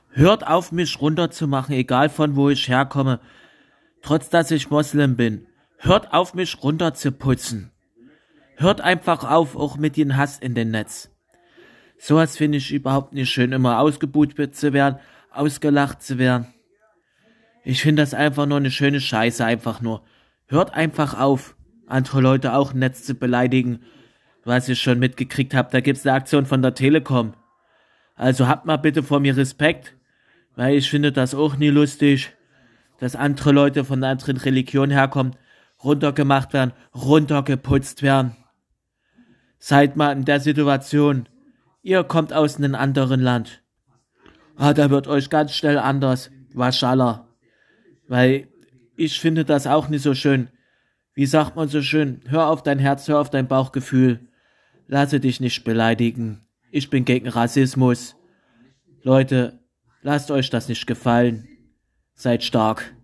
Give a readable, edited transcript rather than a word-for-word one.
Hört auf, mich runterzumachen, egal von wo ich herkomme, trotz dass ich Moslem bin. Hört auf, mich runterzuputzen. Hört einfach auf, auch mit dem Hass in den Netz. Sowas finde ich überhaupt nicht schön, immer ausgebuht zu werden, ausgelacht zu werden. Ich finde das einfach nur eine schöne Scheiße, einfach nur. Hört einfach auf, andere Leute auch im Netz zu beleidigen. Was ich schon mitgekriegt habe, da gibt's eine Aktion von der Telekom. Also habt mal bitte vor mir Respekt, weil ich finde das auch nie lustig, dass andere Leute von einer anderen Religion herkommen, runtergemacht werden, runtergeputzt werden. Seid mal in der Situation, ihr kommt aus einem anderen Land. Da wird euch ganz schnell anders, Waschallah. Weil ich finde das auch nicht so schön. Wie sagt man so schön, hör auf dein Herz, hör auf dein Bauchgefühl. Lasse dich nicht beleidigen. Ich bin gegen Rassismus. Leute, lasst euch das nicht gefallen. Seid stark.